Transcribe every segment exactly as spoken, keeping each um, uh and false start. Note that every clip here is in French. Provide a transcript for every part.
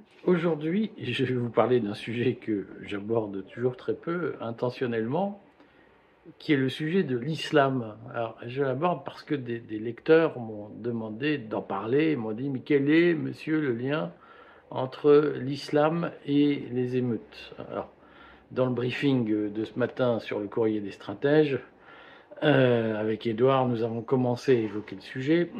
Aujourd'hui, je vais vous parler d'un sujet que j'aborde toujours très peu, intentionnellement, qui est le sujet de l'islam. Alors, je l'aborde parce que des, des lecteurs m'ont demandé d'en parler, m'ont dit, mais quel est, monsieur, le lien entre l'islam et les émeutes? Alors, dans le briefing de ce matin sur le courrier des stratèges, euh, avec Édouard, nous avons commencé à évoquer le sujet.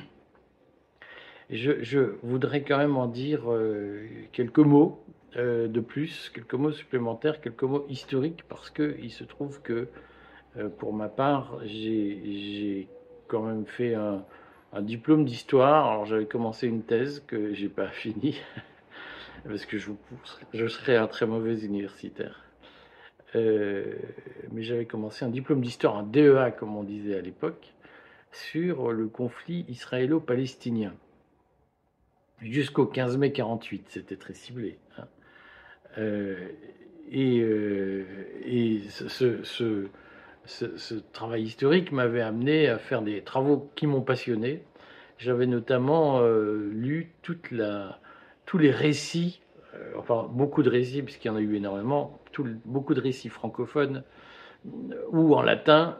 Je, je voudrais quand même en dire euh, quelques mots euh, de plus, quelques mots supplémentaires, quelques mots historiques, parce qu'il se trouve que, euh, pour ma part, j'ai quand même fait un, un diplôme d'histoire. Alors j'avais commencé une thèse que j'ai pas finie, parce que je, je serais un très mauvais universitaire. Euh, mais j'avais commencé un diplôme d'histoire, un D E A comme on disait à l'époque, sur le conflit israélo-palestinien. Jusqu'au quinze mai quarante-huit, c'était très ciblé. Hein. Euh, et, euh, et ce, ce, ce, ce, travail historique m'avait amené à faire des travaux qui m'ont passionné. J'avais notamment euh, lu toute la, tous les récits, euh, enfin beaucoup de récits, puisqu'il y en a eu énormément, tout, beaucoup de récits francophones ou en latin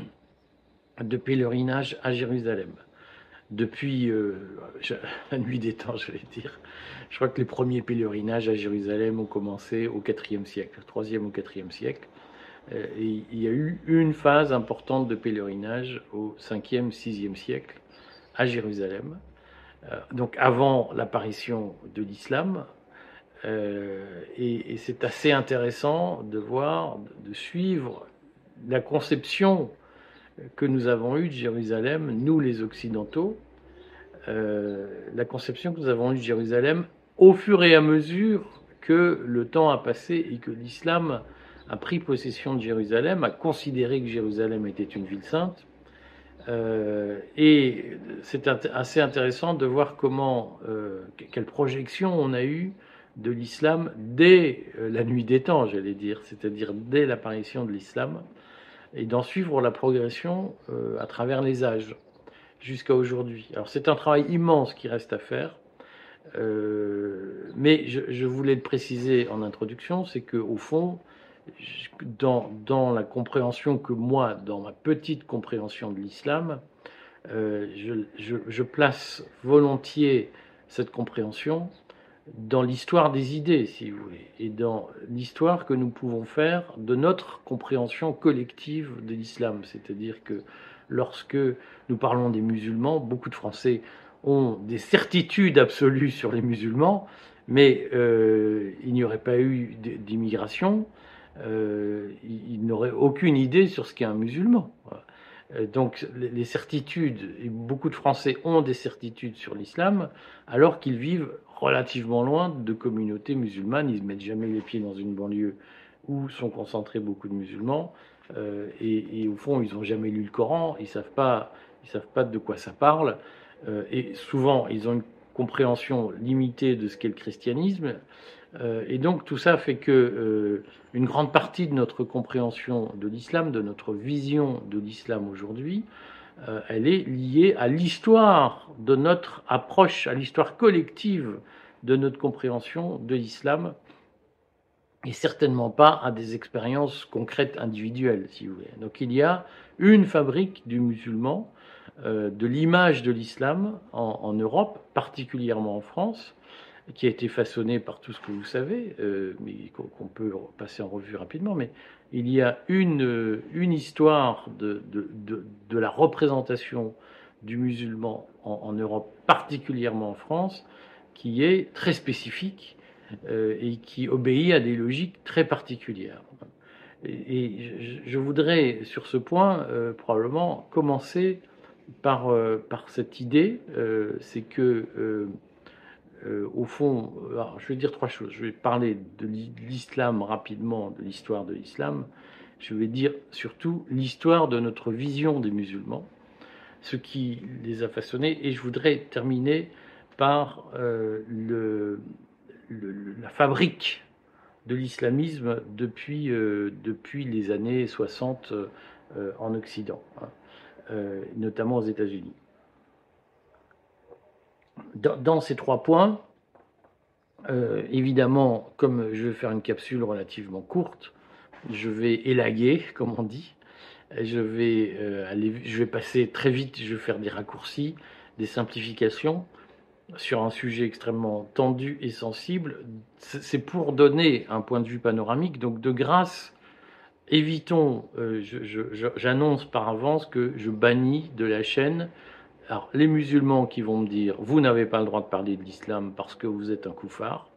de pèlerinage à Jérusalem. Depuis euh, la nuit des temps, je vais dire. Je crois que les premiers pèlerinages à Jérusalem ont commencé au quatrième siècle, troisième au quatrième siècle. Euh, et il y a eu une phase importante de pèlerinage au cinquième, sixième siècle à Jérusalem. Euh, donc avant l'apparition de l'islam. Euh, et, et c'est assez intéressant de voir, de suivre la conception que nous avons eue de Jérusalem, nous les Occidentaux, euh, la conception que nous avons eue de Jérusalem au fur et à mesure que le temps a passé et que l'islam a pris possession de Jérusalem, a considéré que Jérusalem était une ville sainte. Euh, et c'est assez intéressant de voir comment, euh, quelle projection on a eue de l'islam dès la nuit des temps, j'allais dire, c'est-à-dire dès l'apparition de l'islam, et d'en suivre la progression euh, à travers les âges jusqu'à aujourd'hui. Alors c'est un travail immense qui reste à faire, euh, mais je, je, voulais le préciser en introduction, c'est qu'au fond, dans, dans la compréhension que moi, dans ma petite compréhension de l'islam, euh, je, je, je place volontiers cette compréhension dans l'histoire des idées, si vous voulez, et dans l'histoire que nous pouvons faire de notre compréhension collective de l'islam. C'est-à-dire que lorsque nous parlons des musulmans, beaucoup de Français ont des certitudes absolues sur les musulmans, mais euh, il n'y aurait pas eu d'immigration, euh, ils n'auraient aucune idée sur ce qu'est un musulman. Donc les certitudes, et beaucoup de Français ont des certitudes sur l'islam, alors qu'ils vivent relativement loin de communautés musulmanes. Ils ne mettent jamais les pieds dans une banlieue où sont concentrés beaucoup de musulmans. Euh, et, et au fond, ils n'ont jamais lu le Coran, ils ne savent pas, ils savent pas de quoi ça parle. Euh, et souvent, ils ont une compréhension limitée de ce qu'est le christianisme. Euh, et donc tout ça fait que euh, une grande partie de notre compréhension de l'islam, de notre vision de l'islam aujourd'hui, euh, elle est liée à l'histoire de notre approche, à l'histoire collective de notre compréhension de l'islam, et certainement pas à des expériences concrètes individuelles, si vous voulez. Donc il y a une fabrique du musulman, euh, de l'image de l'islam en, en Europe, particulièrement en France, qui a été façonné par tout ce que vous savez, euh, mais qu'on peut passer en revue rapidement, mais il y a une, une histoire de, de, de, de la représentation du musulman en, en Europe, particulièrement en France, qui est très spécifique euh, et qui obéit à des logiques très particulières. Et, et je, je voudrais, sur ce point, euh, probablement commencer par, euh, par cette idée, euh, c'est que euh, euh, au fond, alors, je vais dire trois choses. Je vais parler de l'islam rapidement, de l'histoire de l'islam. Je vais dire surtout l'histoire de notre vision des musulmans, ce qui les a façonnés. Et je voudrais terminer par euh, le, le, la fabrique de l'islamisme depuis, euh, depuis les années soixante euh, en Occident, hein, euh, notamment aux États-Unis. Dans, dans ces trois points, Euh, évidemment, comme je vais faire une capsule relativement courte, je vais élaguer, comme on dit. Je vais, euh, aller, je vais passer très vite, je vais faire des raccourcis, des simplifications sur un sujet extrêmement tendu et sensible. C'est pour donner un point de vue panoramique. Donc, de grâce, évitons, euh, j'annonce par avance que je bannis de la chaîne alors, les musulmans qui vont me dire vous n'avez pas le droit de parler de l'islam parce que vous êtes un koufar,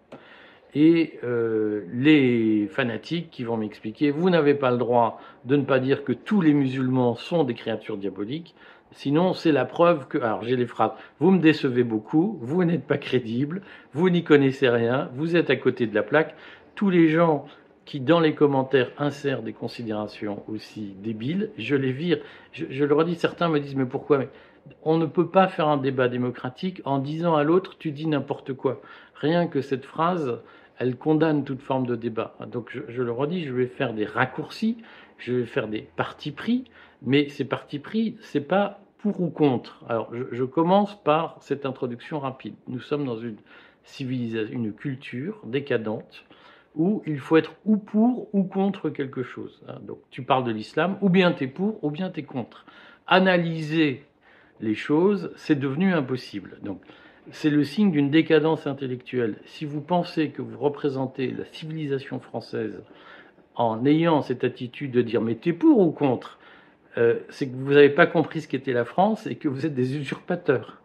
et euh, les fanatiques qui vont m'expliquer vous n'avez pas le droit de ne pas dire que tous les musulmans sont des créatures diaboliques, sinon c'est la preuve que, alors j'ai les phrases, vous me décevez beaucoup, vous n'êtes pas crédible, vous n'y connaissez rien, vous êtes à côté de la plaque. Tous les gens qui dans les commentaires insèrent des considérations aussi débiles, je les vire. Je, je le redis, certains me disent mais pourquoi mais on ne peut pas faire un débat démocratique en disant à l'autre tu dis n'importe quoi. Rien que cette phrase, elle condamne toute forme de débat. Donc je, je le redis, je vais faire des raccourcis, je vais faire des partis pris, mais ces partis pris, c'est pas pour ou contre. Alors je, je commence par cette introduction rapide. Nous sommes dans une civilisation, une culture décadente où il faut être ou pour ou contre quelque chose. Donc tu parles de l'islam, ou bien tu es pour, ou bien tu es contre. Analyser les choses, c'est devenu impossible. Donc, c'est le signe d'une décadence intellectuelle. Si vous pensez que vous représentez la civilisation française en ayant cette attitude de dire mais t'es pour ou contre, euh, c'est que vous n'avez pas compris ce qu'était la France et que vous êtes des usurpateurs.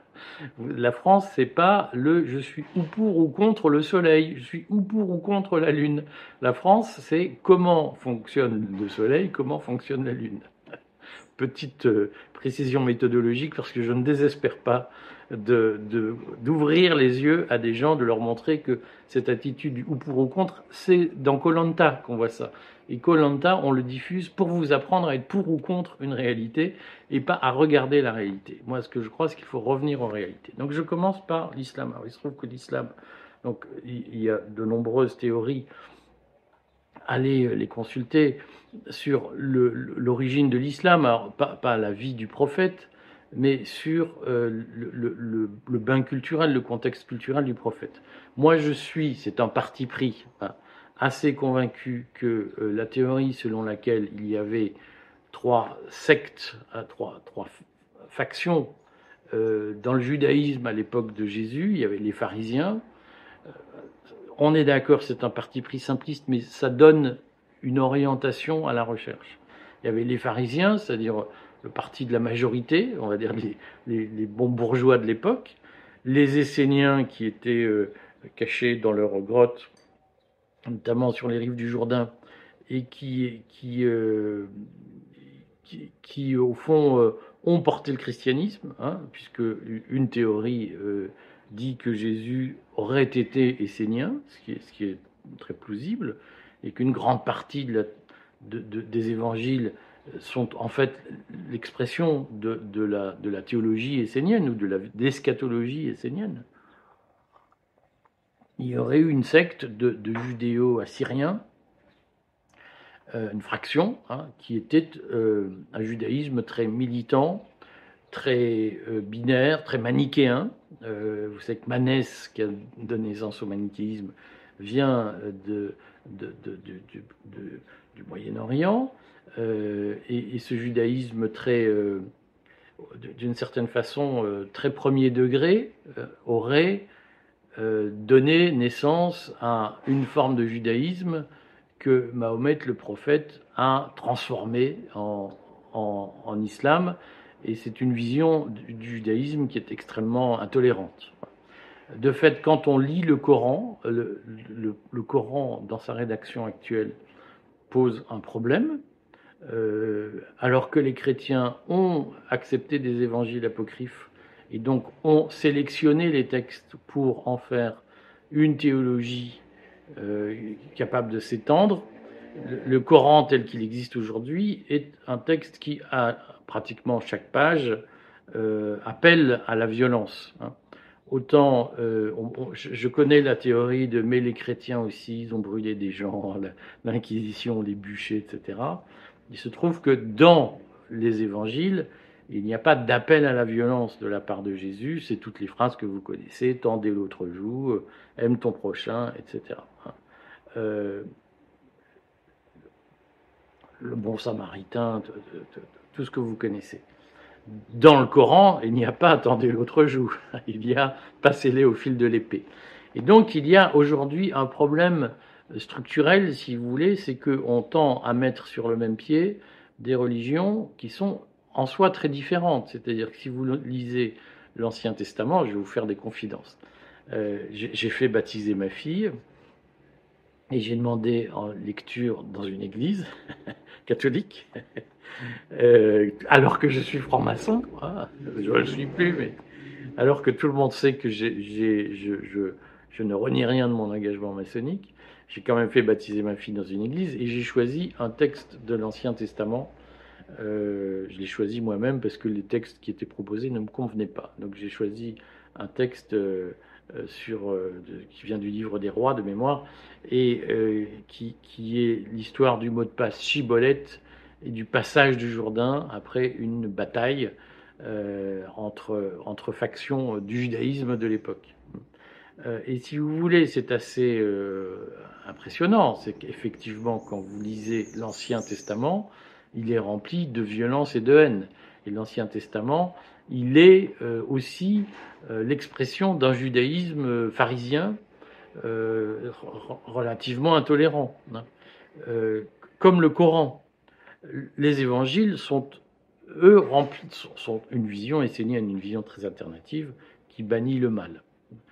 La France, c'est pas le je suis ou pour ou contre le soleil, je suis ou pour ou contre la lune. La France, c'est comment fonctionne le soleil, comment fonctionne la lune. Petite euh, précision méthodologique, parce que je ne désespère pas de, de, d'ouvrir les yeux à des gens, de leur montrer que cette attitude du ou pour ou contre, c'est dans Koh Lanta qu'on voit ça. Et Koh Lanta, on le diffuse pour vous apprendre à être pour ou contre une réalité et pas à regarder la réalité. Moi, ce que je crois, c'est qu'il faut revenir aux réalités. Donc, je commence par l'islam. Alors, il se trouve que l'islam, donc, il y a de nombreuses théories. Allez les consulter sur le, l'origine de l'islam, alors pas, pas la vie du prophète, mais sur euh, le, le, le bain culturel, le contexte culturel du prophète. Moi, je suis, c'est un parti pris, hein, assez convaincu que euh, la théorie selon laquelle il y avait trois sectes, hein, trois, trois factions euh, dans le judaïsme à l'époque de Jésus, il y avait les pharisiens. On est d'accord, c'est un parti pris simpliste, mais ça donne une orientation à la recherche. Il y avait les pharisiens, c'est-à-dire le parti de la majorité, on va dire les, les, les bons bourgeois de l'époque, les Esséniens qui étaient euh, cachés dans leurs grottes, notamment sur les rives du Jourdain, et qui, qui, euh, qui, qui au fond, euh, ont porté le christianisme, hein, puisque une théorie euh, dit que Jésus aurait été essénien, ce qui est, ce qui est très plausible, et qu'une grande partie de la, de, de, des évangiles sont en fait l'expression de, de, la, de la théologie essénienne ou de l'eschatologie essénienne. Il y aurait eu une secte de, de judéo-assyriens, euh, une fraction, hein, qui était euh, un judaïsme très militant, très euh, binaire, très manichéen. Euh, vous savez que Manès, qui a donné naissance au manichéisme, vient de, de, de, de, de du Moyen-Orient, euh, et, et ce judaïsme très, euh, d'une certaine façon, euh, très premier degré, euh, aurait euh, donné naissance à une forme de judaïsme que Mahomet, le prophète, a transformé en, en, en islam. Et c'est une vision du judaïsme qui est extrêmement intolérante. De fait, quand on lit le Coran, le, le, le Coran, dans sa rédaction actuelle, pose un problème, euh, alors que les chrétiens ont accepté des évangiles apocryphes et donc ont sélectionné les textes pour en faire une théologie euh, capable de s'étendre. Le, le Coran tel qu'il existe aujourd'hui est un texte qui, à pratiquement chaque page, euh, appelle à la violence. Hein. Autant, euh, on, on, je connais la théorie de mais les chrétiens aussi, ils ont brûlé des gens, l'Inquisition, les bûchers, et cetera. Il se trouve que dans les évangiles, Il n'y a pas d'appel à la violence de la part de Jésus, c'est toutes les phrases que vous connaissez, tendez l'autre joue, aime ton prochain, et cetera. Euh, le bon samaritain, tout ce que vous connaissez. Dans le Coran, il n'y a pas attendez l'autre joue, il y a passez-les au fil de l'épée. Et donc il y a aujourd'hui un problème structurel, si vous voulez, c'est qu'on tend à mettre sur le même pied des religions qui sont en soi très différentes. C'est-à-dire que si vous lisez l'Ancien Testament, je vais vous faire des confidences. Euh, j'ai fait baptiser ma fille et j'ai demandé en lecture dans une église catholique, euh, alors que je suis franc-maçon, hein, je ne le suis plus, mais alors que tout le monde sait que j'ai, j'ai, je, je, je ne renie rien de mon engagement maçonnique, j'ai quand même fait baptiser ma fille dans une église et j'ai choisi un texte de l'Ancien Testament. Euh, je l'ai choisi moi-même parce que les textes qui étaient proposés ne me convenaient pas. Donc j'ai choisi un texte euh, sur, euh, de, qui vient du livre des rois de mémoire et euh, qui, qui est l'histoire du mot de passe Chibolette et du passage du Jourdain après une bataille euh, entre, entre factions du judaïsme de l'époque. Euh, et si vous voulez, c'est assez euh, impressionnant, c'est qu'effectivement, quand vous lisez l'Ancien Testament, il est rempli de violence et de haine. Et l'Ancien Testament, il est euh, aussi euh, l'expression d'un judaïsme pharisien euh, relativement intolérant, hein. Euh, comme le Coran. Les évangiles sont, eux, remplis, sont, sont une vision, essénienne, une vision très alternative, qui bannit le mal.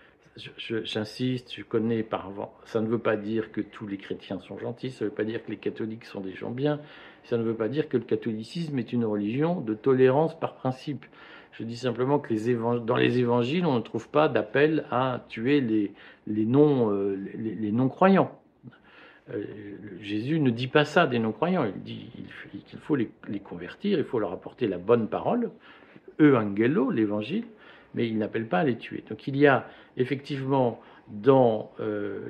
J'insiste, je connais par avant. Ça ne veut pas dire que tous les chrétiens sont gentils, ça ne veut pas dire que les catholiques sont des gens bien, ça ne veut pas dire que le catholicisme est une religion de tolérance par principe. Je dis simplement que les dans les évangiles, on ne trouve pas d'appel à tuer les, les, non, euh, les, les non-croyants. Euh, Jésus ne dit pas ça des non-croyants, il dit qu'il faut les, les convertir, il faut leur apporter la bonne parole, Euangelo, l'évangile, mais il n'appelle pas à les tuer. Donc il y a effectivement dans euh,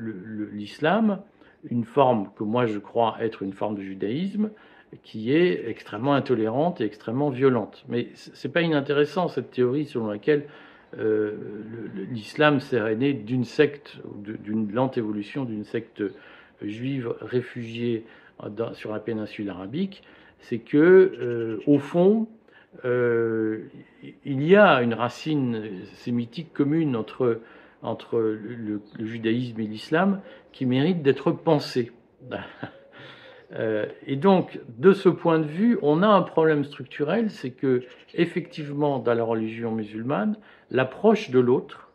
l'islam une forme que moi je crois être une forme de judaïsme qui est extrêmement intolérante et extrêmement violente. Mais c'est pas inintéressant cette théorie selon laquelle euh, l'islam serait né d'une secte, d'une lente évolution d'une secte juive réfugiée dans, sur la péninsule arabique. C'est que euh, au fond Euh, il y a une racine sémitique commune entre, entre le, le judaïsme et l'islam qui mérite d'être pensée. euh, et donc, de ce point de vue, on a un problème structurel, c'est que, effectivement, dans la religion musulmane, l'approche de l'autre,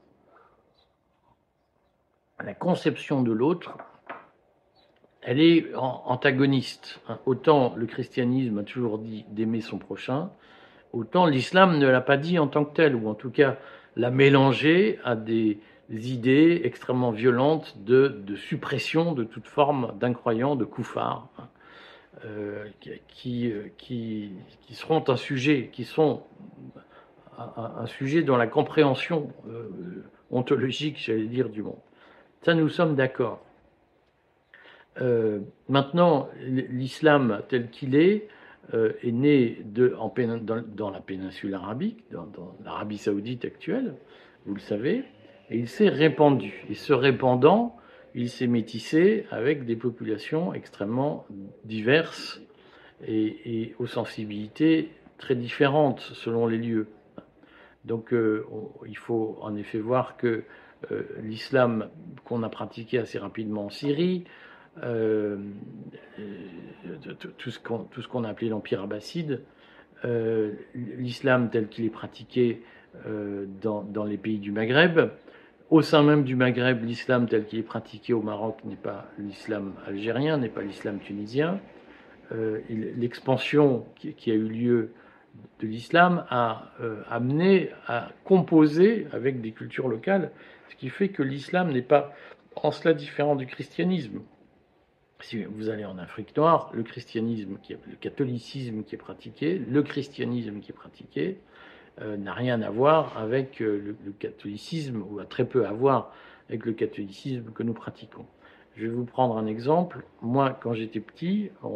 la conception de l'autre, elle est antagoniste. Autant le christianisme a toujours dit d'aimer son prochain, autant l'islam ne l'a pas dit en tant que tel, ou en tout cas l'a mélangé à des idées extrêmement violentes de, de suppression de toute forme d'incroyants, de koufars, euh, qui, qui, qui seront un sujet, qui sont un, un sujet dans la compréhension euh, ontologique, j'allais dire, du monde. Ça, nous sommes d'accord. Euh, maintenant, l'islam tel qu'il est, Euh, est né de, en, dans, dans la péninsule arabique, dans, dans l'Arabie saoudite actuelle, vous le savez, et il s'est répandu. Et se répandant, il s'est métissé avec des populations extrêmement diverses et, et aux sensibilités très différentes selon les lieux. Donc euh, on, il faut en effet voir que euh, l'islam qu'on a pratiqué assez rapidement en Syrie, Euh, tout ce qu'on tout ce qu'on a appelé l'Empire abbasside, euh, l'islam tel qu'il est pratiqué euh, dans, dans les pays du Maghreb. Au sein même du Maghreb, l'islam tel qu'il est pratiqué au Maroc n'est pas l'islam algérien, n'est pas l'islam tunisien. Euh, l'expansion qui, qui a eu lieu de l'islam a euh, amené à composer avec des cultures locales, ce qui fait que l'islam n'est pas en cela différent du christianisme. Si vous allez en Afrique noire, le christianisme, qui est, le catholicisme qui est pratiqué, le christianisme qui est pratiqué, euh, n'a rien à voir avec euh, le, le catholicisme, ou a très peu à voir avec le catholicisme que nous pratiquons. Je vais vous prendre un exemple. Moi, quand j'étais petit, on,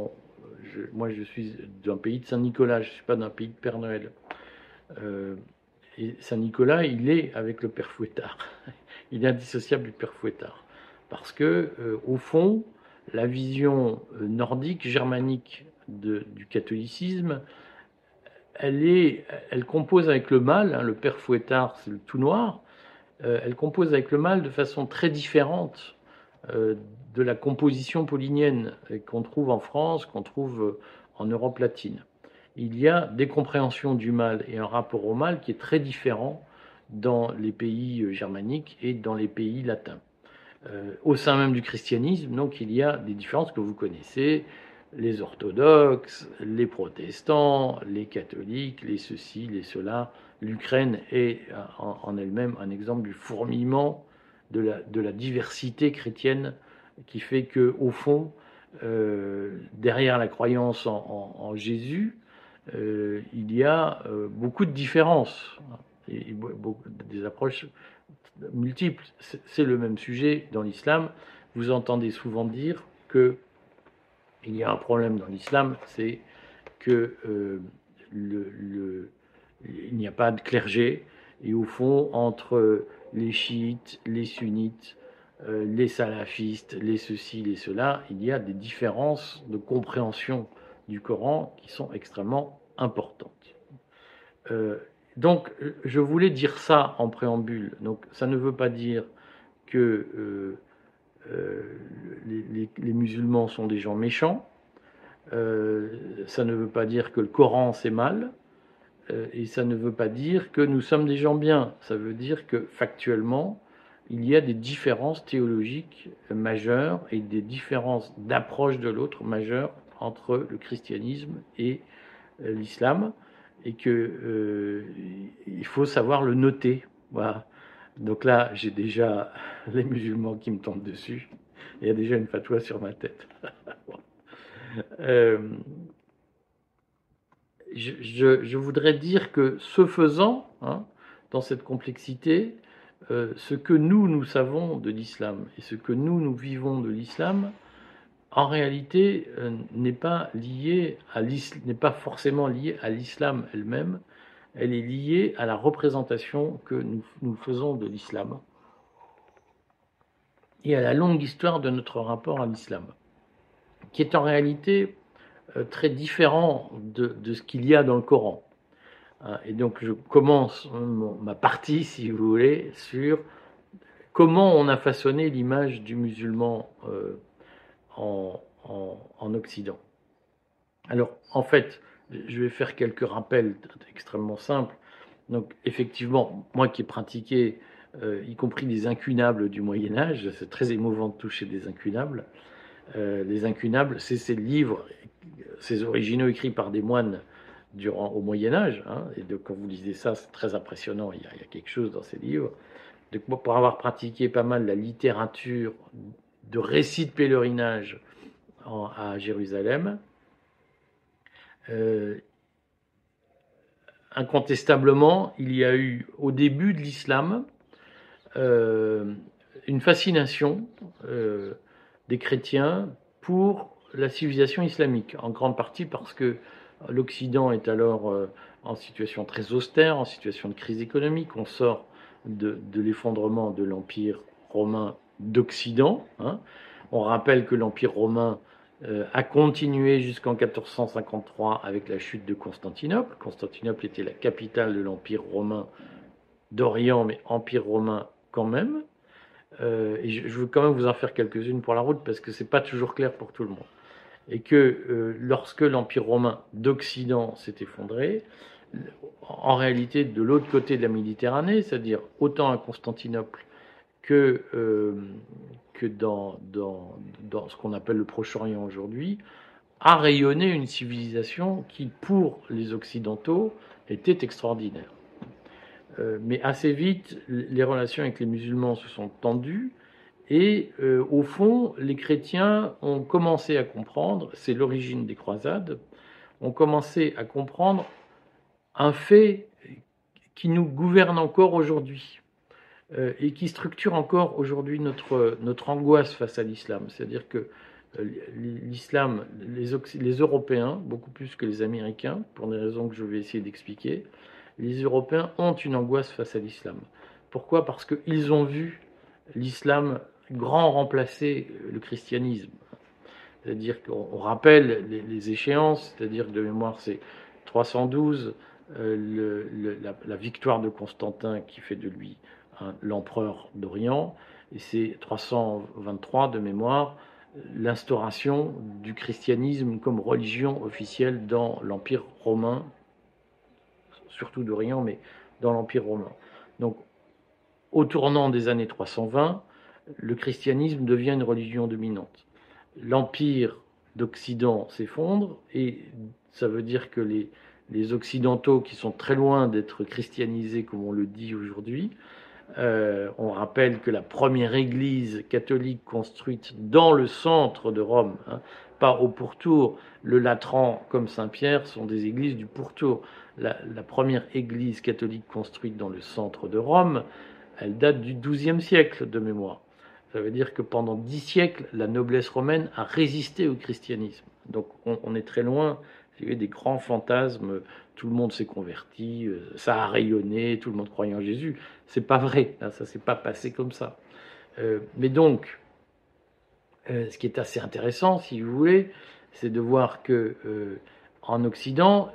je, moi je suis d'un pays de Saint-Nicolas, je ne suis pas d'un pays de Père Noël. Euh, et Saint-Nicolas, il est avec le Père Fouettard. Il est indissociable du Père Fouettard. Parce que, euh, au fond, la vision nordique, germanique de, du catholicisme, elle, est, elle compose avec le mal, hein, le Père Fouettard, c'est le tout noir, euh, elle compose avec le mal de façon très différente euh, de la composition paulinienne qu'on trouve en France, qu'on trouve en Europe latine. Il y a des compréhensions du mal et un rapport au mal qui est très différent dans les pays germaniques et dans les pays latins. Euh, au sein même du christianisme, donc il y a des différences que vous connaissez, les orthodoxes, les protestants, les catholiques, les ceci, les cela. L'Ukraine est en, en elle-même un exemple du fourmillement de la, de la diversité chrétienne qui fait que, au fond, euh, derrière la croyance en, en, en Jésus, euh, il y a euh, beaucoup de différences et, et beaucoup, des approches multiples. C'est le même sujet dans l'islam. Vous entendez souvent dire que il y a un problème dans l'islam, c'est que euh, le, le, il n'y a pas de clergé, et au fond, entre les chiites, les sunnites, euh, les salafistes, les ceci, les cela, il y a des différences de compréhension du Coran qui sont extrêmement importantes. Euh, donc, je voulais dire ça en préambule. Donc, ça ne veut pas dire que euh, euh, les, les, les musulmans sont des gens méchants. Euh, ça ne veut pas dire que le Coran c'est mal, euh, et ça ne veut pas dire que nous sommes des gens bien. Ça veut dire que factuellement, il y a des différences théologiques majeures et des différences d'approche de l'autre majeures entre le christianisme et euh, l'islam, et que euh, il faut savoir le noter. Voilà. Donc là, j'ai déjà les musulmans qui me tombent dessus. Il y a déjà une fatwa sur ma tête. Euh, je, je, je voudrais dire que ce faisant, hein, dans cette complexité, euh, ce que nous, nous savons de l'islam et ce que nous, nous vivons de l'islam, en réalité, euh, n'est pas lié à l'islam, n'est pas forcément lié à l'islam elle-même. Elle est liée à la représentation que nous, nous faisons de l'islam et à la longue histoire de notre rapport à l'islam, qui est en réalité très différent de, de ce qu'il y a dans le Coran. Et donc je commence ma partie, si vous voulez, sur comment on a façonné l'image du musulman euh, en, en, en Occident. Alors, en fait, je vais faire quelques rappels extrêmement simples. Donc, effectivement, moi qui ai pratiqué, euh, y compris des incunables du Moyen-Âge, c'est très émouvant de toucher des incunables. Euh, les incunables, c'est ces livres, ces originaux écrits par des moines durant au Moyen Âge, hein, et donc quand vous lisez ça, c'est très impressionnant. Il y, a, il y a quelque chose dans ces livres. Donc moi, pour avoir pratiqué pas mal la littérature de récits de pèlerinage en, à Jérusalem, euh, incontestablement, il y a eu au début de l'islam euh, une fascination euh, des chrétiens pour la civilisation islamique, en grande partie parce que l'Occident est alors euh, en situation très austère, en situation de crise économique. On sort de, de l'effondrement de l'Empire romain d'Occident. Hein. On rappelle que l'Empire romain euh, a continué jusqu'en quatorze cent cinquante-trois avec la chute de Constantinople. Constantinople était la capitale de l'Empire romain d'Orient, mais Empire romain quand même. Euh, et je, je veux quand même vous en faire quelques-unes pour la route parce que c'est pas toujours clair pour tout le monde. Et que euh, lorsque l'Empire romain d'Occident s'est effondré, en réalité de l'autre côté de la Méditerranée, c'est-à-dire autant à Constantinople que, euh, que dans, dans, dans ce qu'on appelle le Proche-Orient aujourd'hui, a rayonné une civilisation qui, pour les Occidentaux, était extraordinaire. Euh, mais assez vite, les relations avec les musulmans se sont tendues. Et euh, au fond, les chrétiens ont commencé à comprendre, c'est l'origine des croisades, ont commencé à comprendre un fait qui nous gouverne encore aujourd'hui euh, et qui structure encore aujourd'hui notre, notre angoisse face à l'islam. C'est-à-dire que l'islam, les, les Européens, beaucoup plus que les Américains, pour des raisons que je vais essayer d'expliquer, les Européens ont une angoisse face à l'islam. Pourquoi? Parce qu'ils ont vu l'islam grand remplacer le christianisme. C'est-à-dire qu'on rappelle les, les échéances, c'est-à-dire que de mémoire c'est trois cent douze, euh, le, le, la, la victoire de Constantin qui fait de lui hein, l'empereur d'Orient, et c'est trois cent vingt-trois de mémoire, l'instauration du christianisme comme religion officielle dans l'Empire romain, surtout d'Orient, mais dans l'Empire romain. Donc, au tournant des années trois cent vingt, le christianisme devient une religion dominante. L'Empire d'Occident s'effondre, et ça veut dire que les, les Occidentaux, qui sont très loin d'être christianisés, comme on le dit aujourd'hui, euh, on rappelle que la première église catholique construite dans le centre de Rome, hein, pas au pourtour, le Latran comme Saint-Pierre sont des églises du pourtour. La, la première église catholique construite dans le centre de Rome, elle date du douzième siècle de mémoire. Ça veut dire que pendant dix siècles, la noblesse romaine a résisté au christianisme. Donc on, on est très loin des grands fantasmes, tout le monde s'est converti, ça a rayonné, tout le monde croyait en Jésus. C'est pas vrai, hein, ça s'est pas passé comme ça. Euh, mais donc, euh, ce qui est assez intéressant, si vous voulez, c'est de voir que euh, en Occident,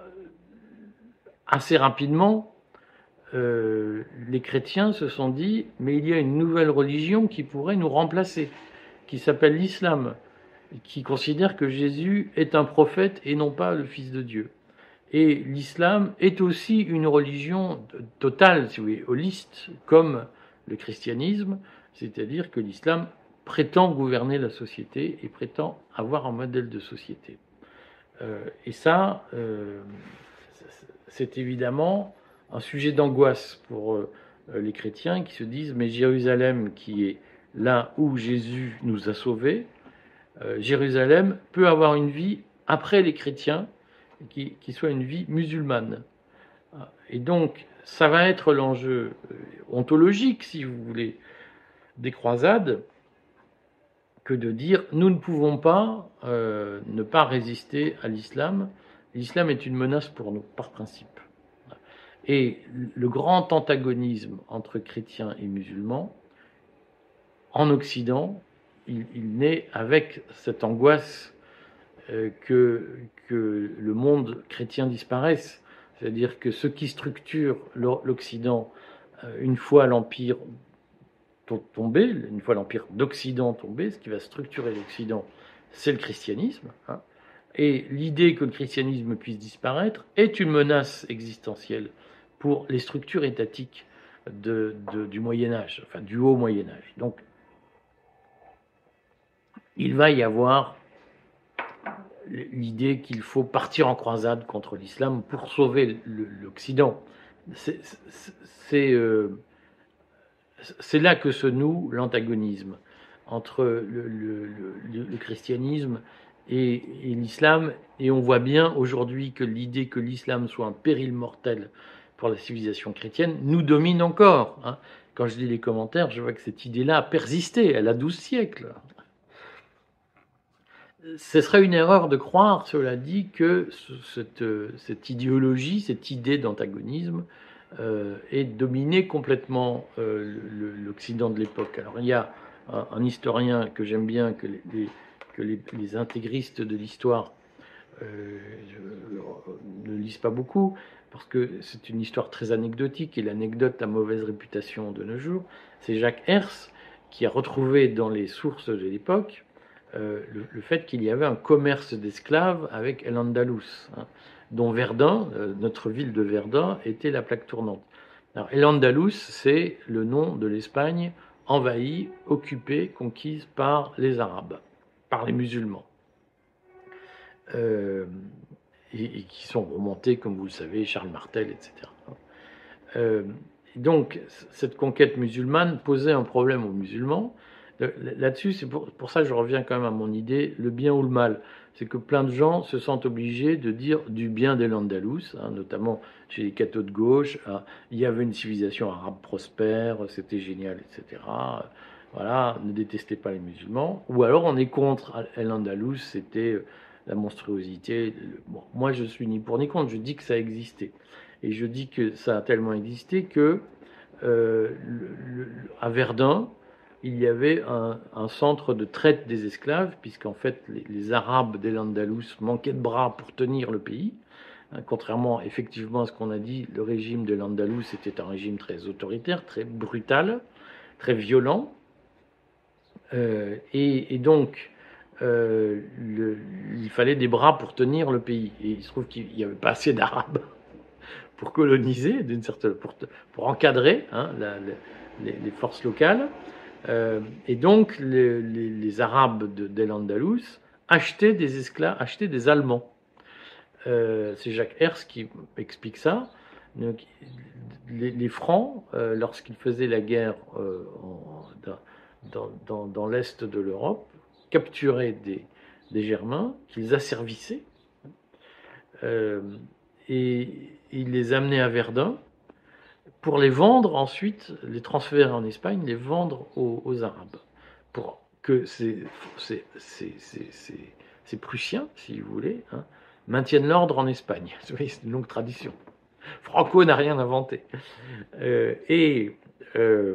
assez rapidement, euh, les chrétiens se sont dit, mais il y a une nouvelle religion qui pourrait nous remplacer, qui s'appelle l'islam, qui considère que Jésus est un prophète et non pas le Fils de Dieu. Et l'islam est aussi une religion totale, si vous voulez, holiste, comme le christianisme, c'est-à-dire que l'islam prétend gouverner la société et prétend avoir un modèle de société. Euh, et ça, euh, c'est évidemment un sujet d'angoisse pour euh, les chrétiens qui se disent, mais Jérusalem, qui est là où Jésus nous a sauvés, euh, Jérusalem peut avoir une vie après les chrétiens, qui, qui soit une vie musulmane. Et donc, ça va être l'enjeu ontologique, si vous voulez, des croisades, que de dire, nous ne pouvons pas euh, ne pas résister à l'islam. L'islam est une menace pour nous, par principe. Et le grand antagonisme entre chrétiens et musulmans, en Occident, il, il naît avec cette angoisse euh, que, que le monde chrétien disparaisse. C'est-à-dire que ce qui structure l'Occident, euh, une fois l'Empire tombé, une fois l'Empire d'Occident tombé, ce qui va structurer l'Occident, c'est le christianisme. Hein. Et l'idée que le christianisme puisse disparaître est une menace existentielle pour les structures étatiques de, de, du Moyen-Âge, enfin du haut Moyen-Âge. Donc, il va y avoir l'idée qu'il faut partir en croisade contre l'islam pour sauver l'Occident. C'est euh, là que se noue l'antagonisme entre le, le, le, le christianisme et, et l'islam, et on voit bien aujourd'hui que l'idée que l'islam soit un péril mortel pour la civilisation chrétienne nous domine encore. Hein. Quand je lis les commentaires, je vois que cette idée-là a persisté, elle a douze siècles. Ce serait une erreur de croire, cela dit, que cette, cette idéologie, cette idée d'antagonisme euh, est dominée complètement euh, l'Occident de l'époque. Alors il y a un, un historien que j'aime bien, que les, les, que les, les intégristes de l'histoire euh, ne lisent pas beaucoup, parce que c'est une histoire très anecdotique, et l'anecdote a mauvaise réputation de nos jours. C'est Jacques Herz qui a retrouvé dans les sources de l'époque Euh, le, le fait qu'il y avait un commerce d'esclaves avec El-Andalus, hein, dont Verdun, euh, notre ville de Verdun, était la plaque tournante. Alors, El-Andalus, c'est le nom de l'Espagne envahie, occupée, conquise par les Arabes, par les musulmans, euh, et, et qui sont remontés, comme vous le savez, Charles Martel, et cetera. Euh, donc, cette conquête musulmane posait un problème aux musulmans. Là-dessus, c'est pour, pour ça que je reviens quand même à mon idée, le bien ou le mal. C'est que plein de gens se sentent obligés de dire du bien des Landalous, hein, notamment chez les cathos de gauche. Hein, il y avait une civilisation arabe prospère, c'était génial, et cetera. Voilà, ne détestez pas les musulmans. Ou alors on est contre Al-Andalus, c'était la monstruosité. Bon, moi, je suis ni pour ni contre, je dis que ça existait. Et je dis que ça a tellement existé que euh, le, le, à Verdun, il y avait un, un centre de traite des esclaves, puisqu'en fait les, les Arabes d'El-Andalus manquaient de bras pour tenir le pays. Hein, contrairement effectivement à ce qu'on a dit, le régime de l'Andalous était un régime très autoritaire, très brutal, très violent. Euh, et, et donc, euh, le, il fallait des bras pour tenir le pays. Et il se trouve qu'il n'y avait pas assez d'Arabes pour coloniser, d'une certaine, pour, pour encadrer hein, la, la, les, les forces locales. Euh, et donc, les, les, les Arabes de, d'El-Andalus achetaient des esclaves, achetaient des Allemands. Euh, c'est Jacques Herz qui explique ça. Donc, les, les Francs, euh, lorsqu'ils faisaient la guerre euh, en, dans, dans, dans l'est de l'Europe, capturaient des, des Germains qu'ils asservissaient euh, et ils les amenaient à Verdun pour les vendre ensuite, les transférer en Espagne, les vendre aux, aux Arabes, pour que ces, ces, ces, ces, ces Prussiens, si vous voulez, hein, maintiennent l'ordre en Espagne. Vous voyez, c'est une longue tradition. Franco n'a rien inventé. Euh, et euh,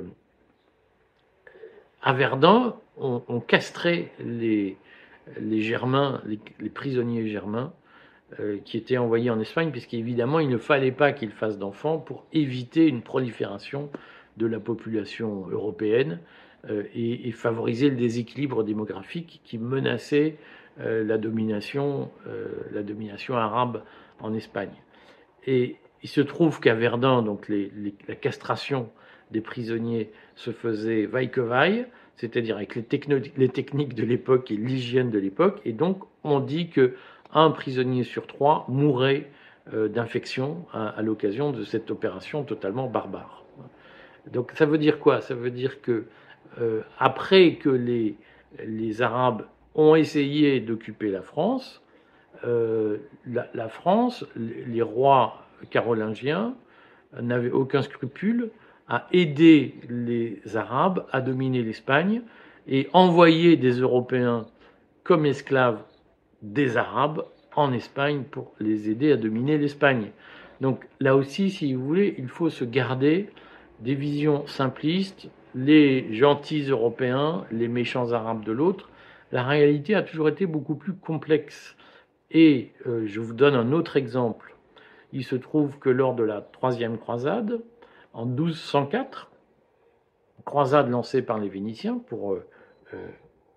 à Verdun, on, on castrait les, les Germains, les, les prisonniers germains, Euh, qui étaient envoyés en Espagne, puisqu'évidemment, il ne fallait pas qu'ils fassent d'enfants pour éviter une prolifération de la population européenne euh, et, et favoriser le déséquilibre démographique qui menaçait euh, la, domination, euh, la domination arabe en Espagne. Et il se trouve qu'à Verdun, donc les, les, la castration des prisonniers se faisait vaille que vaille, c'est-à-dire avec les, techno, les techniques de l'époque et l'hygiène de l'époque, et donc on dit que un prisonnier sur trois mourait euh, d'infection à, à l'occasion de cette opération totalement barbare. Donc ça veut dire quoi? Ça veut dire que euh, après que les, les Arabes ont essayé d'occuper la France, euh, la, la France, les rois carolingiens n'avaient aucun scrupule à aider les Arabes à dominer l'Espagne et envoyer des Européens comme esclaves des Arabes en Espagne pour les aider à dominer l'Espagne. Donc là aussi, si vous voulez, il faut se garder des visions simplistes, les gentils Européens, les méchants Arabes de l'autre. La réalité a toujours été beaucoup plus complexe. Et euh, je vous donne un autre exemple. Il se trouve que lors de la troisième croisade, en douze cent quatre, croisade lancée par les Vénitiens pour euh, euh,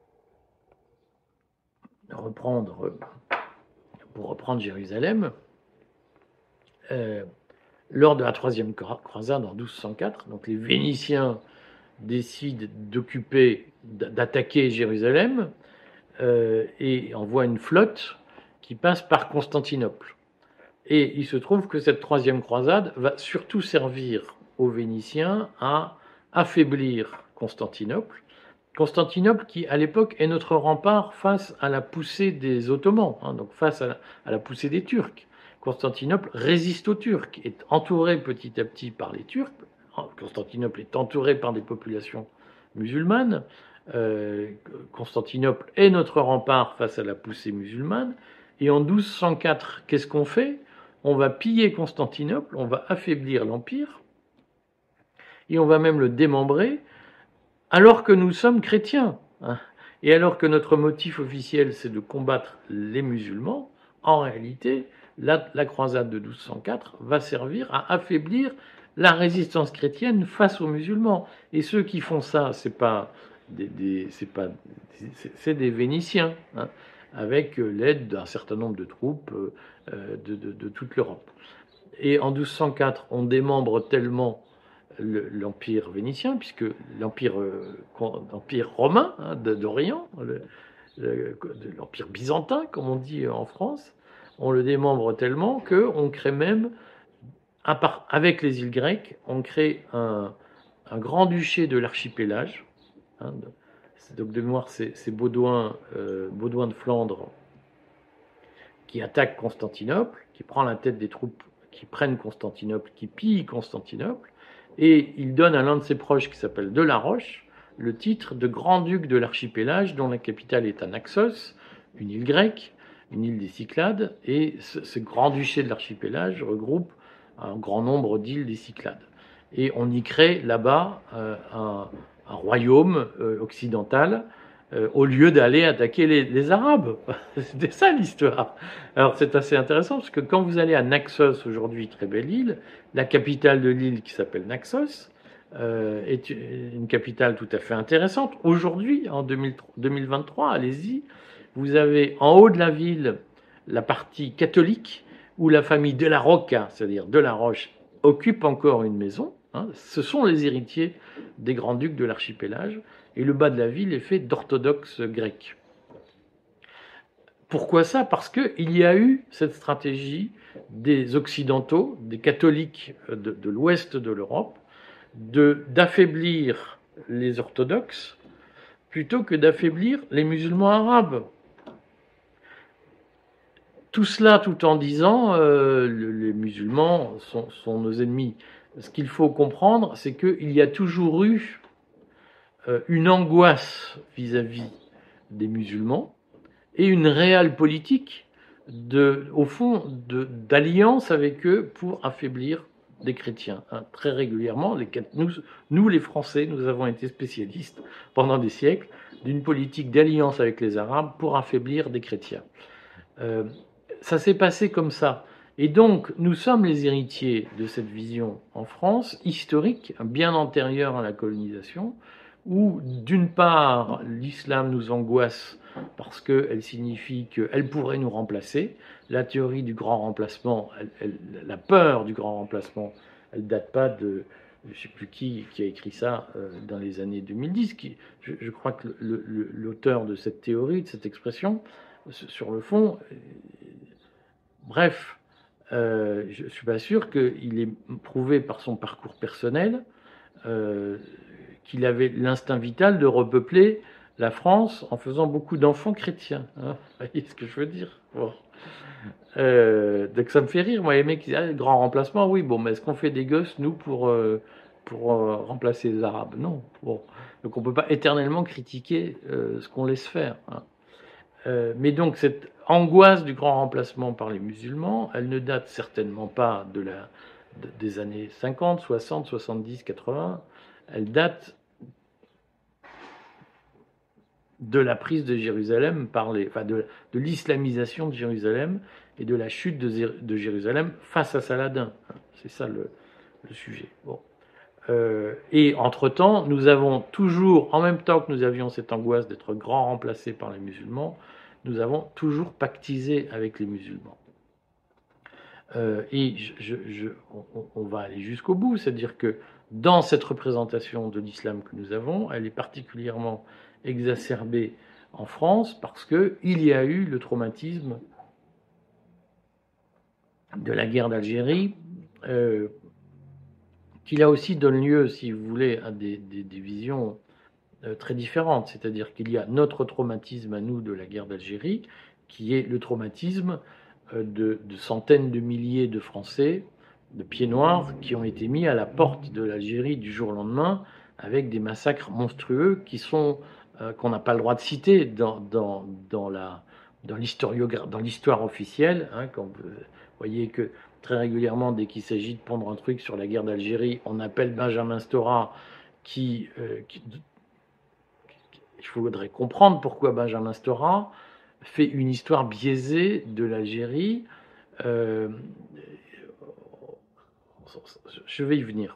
reprendre, pour reprendre Jérusalem, euh, lors de la troisième croisade en douze cent quatre, donc les Vénitiens décident d'occuper, d'attaquer Jérusalem euh, et envoient une flotte qui passe par Constantinople. Et il se trouve que cette troisième croisade va surtout servir aux Vénitiens à affaiblir Constantinople. Constantinople qui, à l'époque, est notre rempart face à la poussée des Ottomans, hein, donc face à la, à la poussée des Turcs. Constantinople résiste aux Turcs, est entouré petit à petit par les Turcs. Constantinople est entouré par des populations musulmanes. Euh, Constantinople est notre rempart face à la poussée musulmane. Et en douze cent quatre, qu'est-ce qu'on fait? On va piller Constantinople, on va affaiblir l'Empire, et on va même le démembrer, alors que nous sommes chrétiens, hein, et alors que notre motif officiel c'est de combattre les musulmans. En réalité, la, la croisade de douze cent quatre va servir à affaiblir la résistance chrétienne face aux musulmans. Et ceux qui font ça, c'est pas des, des c'est pas, c'est des Vénitiens, hein, avec l'aide d'un certain nombre de troupes euh, de, de, de toute l'Europe. Et en douze cent quatre, on démembre tellement l'Empire vénitien, puisque l'Empire euh, l'Empire romain hein, d'Orient, l'Empire byzantin, comme on dit en France, on le démembre tellement qu'on crée même, avec les îles grecques, on crée un, un grand-duché de l'archipélage, hein, donc de mémoire, c'est Baudouin, euh, Baudouin de Flandre qui attaque Constantinople, qui prend la tête des troupes qui prennent Constantinople, qui pillent Constantinople, et il donne à l'un de ses proches qui s'appelle De la Roche le titre de grand-duc de l'archipélage dont la capitale est à Naxos, une île grecque, une île des Cyclades, et ce, ce grand-duché de l'archipélage regroupe un grand nombre d'îles des Cyclades. Et on y crée là-bas euh, un, un royaume euh, occidental euh, au lieu d'aller attaquer les, les Arabes. C'était ça l'histoire. Alors c'est assez intéressant parce que quand vous allez à Naxos aujourd'hui, très belle île, la capitale de l'île qui s'appelle Naxos euh, est une capitale tout à fait intéressante. Aujourd'hui, en deux mille vingt-trois, allez-y, vous avez en haut de la ville la partie catholique où la famille de la Rocca, c'est-à-dire de la Roche, occupe encore une maison. Hein, ce sont les héritiers des grands-ducs de l'archipélage, et le bas de la ville est fait d'orthodoxes grecs. Pourquoi ça? Parce qu'il y a eu cette stratégie des occidentaux, des catholiques de, de l'ouest de l'Europe, d'affaiblir les orthodoxes plutôt que d'affaiblir les musulmans arabes. Tout cela tout en disant euh, les musulmans sont, sont nos ennemis. Ce qu'il faut comprendre, c'est qu'il y a toujours eu euh, une angoisse vis-à-vis des musulmans et une réelle politique, de, au fond, d'alliance avec eux pour affaiblir des chrétiens. Hein. Très régulièrement, les, nous, nous les Français, nous avons été spécialistes pendant des siècles d'une politique d'alliance avec les Arabes pour affaiblir des chrétiens. Euh, ça s'est passé comme ça. Et donc, nous sommes les héritiers de cette vision en France, historique, bien antérieure à la colonisation, où, d'une part, l'islam nous angoisse parce qu'elle signifie qu'elle pourrait nous remplacer. La théorie du grand remplacement, elle, elle, la peur du grand remplacement, elle ne date pas de... Je ne sais plus qui, qui a écrit ça euh, dans les années deux mille dix. Qui, je, je crois que l'auteur de cette théorie, de cette expression, sur le fond... Bref, euh, je ne suis pas sûr qu'il ait prouvé par son parcours personnel euh, qu'il avait l'instinct vital de repeupler la France en faisant beaucoup d'enfants chrétiens. Hein, vous voyez ce que je veux dire? Bon. euh, Donc ça me fait rire, moi, les mecs qui disent ah, grand remplacement, oui, bon, mais est-ce qu'on fait des gosses, nous, pour, euh, pour euh, remplacer les Arabes? Non. Bon. Donc on ne peut pas éternellement critiquer euh, ce qu'on laisse faire. Hein. Euh, mais donc cette angoisse du grand remplacement par les musulmans, elle ne date certainement pas de la, de, des années cinquante, soixante, soixante-dix, quatre-vingts, elle date de la prise de Jérusalem par les, enfin de, de l'islamisation de Jérusalem et de la chute de, de Jérusalem face à Saladin. C'est ça le, le sujet. Bon. Euh, et entre-temps, nous avons toujours, en même temps que nous avions cette angoisse d'être grand remplacés par les musulmans, nous avons toujours pactisé avec les musulmans. Euh, et je, je, on, on va aller jusqu'au bout, c'est-à-dire que dans cette représentation de l'islam que nous avons, elle est particulièrement exacerbée en France parce qu'il y a eu le traumatisme de la guerre d'Algérie, euh, qui là aussi donne lieu, si vous voulez, à des, des, des visions euh, très différentes. C'est-à-dire qu'il y a notre traumatisme à nous de la guerre d'Algérie, qui est le traumatisme euh, de, de centaines de milliers de Français, de pieds noirs, qui ont été mis à la porte de l'Algérie du jour au lendemain, avec des massacres monstrueux qui sont euh, qu'on n'a pas le droit de citer dans, dans, dans la dans l'histoire officielle, hein, quand vous voyez que très régulièrement, dès qu'il s'agit de prendre un truc sur la guerre d'Algérie, on appelle Benjamin Stora, qui, euh, qui... Il faudrait comprendre pourquoi Benjamin Stora fait une histoire biaisée de l'Algérie. Euh... Je vais y venir.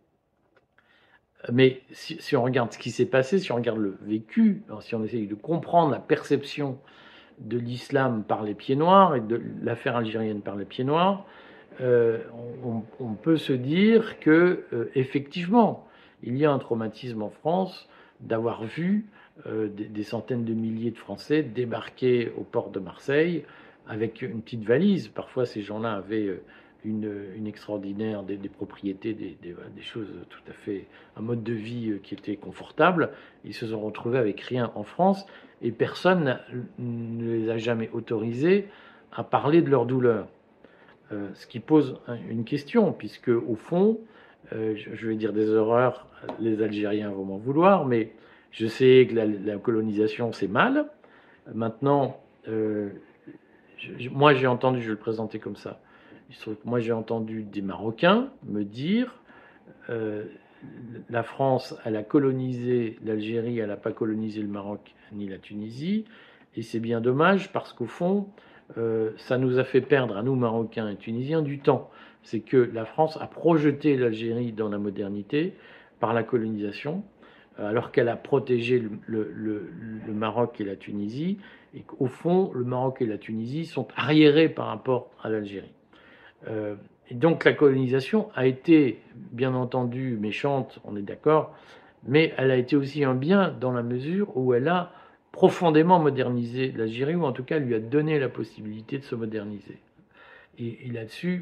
Mais si, si on regarde ce qui s'est passé, si on regarde le vécu, si on essaye de comprendre la perception de l'islam par les pieds noirs et de l'affaire algérienne par les pieds noirs, euh, on, on peut se dire que euh, effectivement, il y a un traumatisme en France d'avoir vu euh, des, des centaines de milliers de Français débarquer au port de Marseille avec une petite valise. Parfois, ces gens-là avaient une, une extraordinaire, des, des propriétés, des, des, des choses tout à fait, un mode de vie qui était confortable. Ils se sont retrouvés avec rien en France et personne ne les a jamais autorisés à parler de leur douleur. Euh, ce qui pose une question, puisque au fond, euh, je, je vais dire des horreurs, les Algériens vont m'en vouloir, mais je sais que la, la colonisation c'est mal. Maintenant, euh, je, moi j'ai entendu, je vais le présenter comme ça, moi j'ai entendu des Marocains me dire euh, la France, elle a colonisé l'Algérie, elle n'a pas colonisé le Maroc ni la Tunisie, et c'est bien dommage parce qu'au fond, euh, ça nous a fait perdre à nous Marocains et Tunisiens du temps. C'est que la France a projeté l'Algérie dans la modernité par la colonisation, alors qu'elle a protégé le, le, le, le Maroc et la Tunisie, et qu'au fond, le Maroc et la Tunisie sont arriérés par rapport à l'Algérie. Euh, et donc la colonisation a été, bien entendu, méchante, on est d'accord, mais elle a été aussi un bien dans la mesure où elle a profondément modernisé l'Algérie, ou en tout cas lui a donné la possibilité de se moderniser. Et, et là-dessus,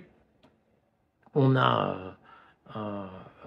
on a, euh, euh,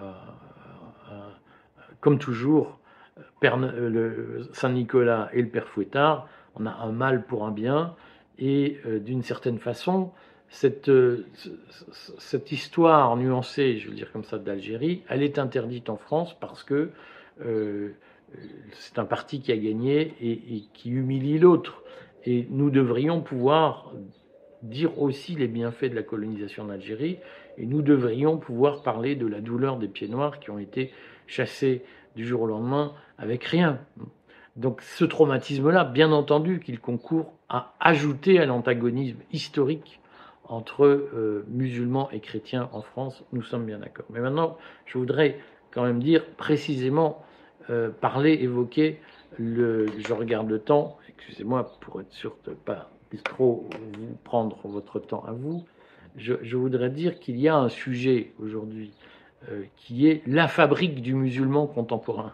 euh, comme toujours, Père, le Saint-Nicolas et le Père Fouettard, on a un mal pour un bien, et euh, d'une certaine façon, cette, euh, cette histoire nuancée, je veux dire comme ça, d'Algérie, elle est interdite en France parce que euh, c'est un parti qui a gagné et, et qui humilie l'autre. Et nous devrions pouvoir dire aussi les bienfaits de la colonisation d'Algérie, et nous devrions pouvoir parler de la douleur des pieds noirs qui ont été chassés du jour au lendemain avec rien. Donc ce traumatisme-là, bien entendu qu'il concourt à ajouter à l'antagonisme historique entre euh, musulmans et chrétiens en France, nous sommes bien d'accord. Mais maintenant, je voudrais quand même dire précisément, euh, parler, évoquer, le, je regarde le temps, excusez-moi pour être sûr de ne pas trop vous prendre votre temps à vous, je, je voudrais dire qu'il y a un sujet aujourd'hui euh, qui est la fabrique du musulman contemporain.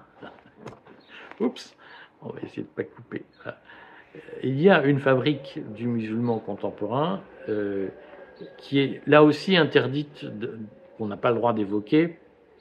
Oups, on va essayer de ne pas couper. Il y a une fabrique du musulman contemporain euh, qui est là aussi interdite, de, qu'on n'a pas le droit d'évoquer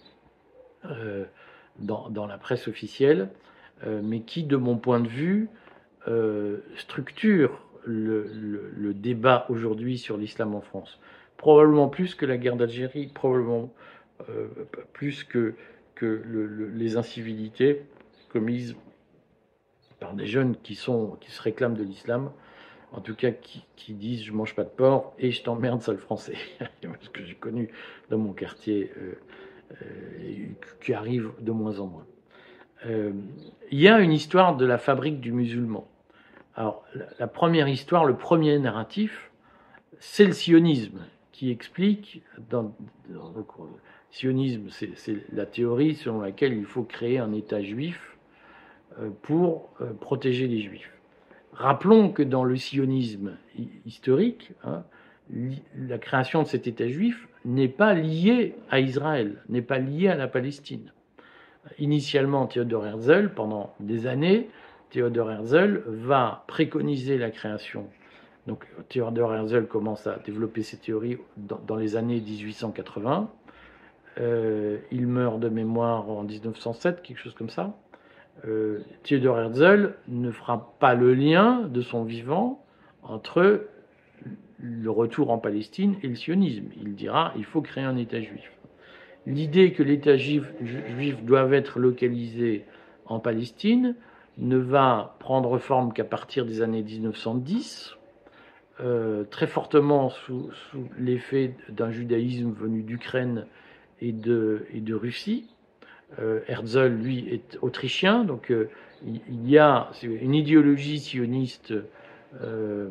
euh, dans, dans la presse officielle, euh, mais qui, de mon point de vue, euh, structure le, le, le débat aujourd'hui sur l'islam en France. Probablement plus que la guerre d'Algérie, probablement euh, plus que, que le, le, les incivilités commises par des jeunes qui, sont, qui se réclament de l'islam, en tout cas qui, qui disent je mange pas de porc et je t'emmerde sale français, ce que j'ai connu dans mon quartier, euh, euh, qui arrive de moins en moins. Euh, il y a une histoire de la fabrique du musulman. Alors la, la première histoire, le premier narratif, c'est le sionisme qui explique, dans, dans le sionisme, c'est la théorie selon laquelle il faut créer un État juif pour protéger les juifs. Rappelons que dans le sionisme historique, hein, la création de cet État juif n'est pas liée à Israël, n'est pas liée à la Palestine. Initialement, Theodor Herzl, pendant des années, Theodor Herzl va préconiser la création. Donc Theodor Herzl commence à développer ses théories dans, dans les années mille huit cent quatre-vingts. Euh, il meurt de mémoire en mille neuf cent sept, quelque chose comme ça. Euh, Theodor Herzl ne fera pas le lien de son vivant entre le retour en Palestine et le sionisme. Il dira il faut créer un État juif. L'idée que l'État juif, juif doit être localisé en Palestine ne va prendre forme qu'à partir des années mille neuf cent dix, euh, très fortement sous, sous l'effet d'un judaïsme venu d'Ukraine et de, et de Russie. Euh, Herzl, lui, est autrichien, donc euh, il y a une idéologie sioniste euh,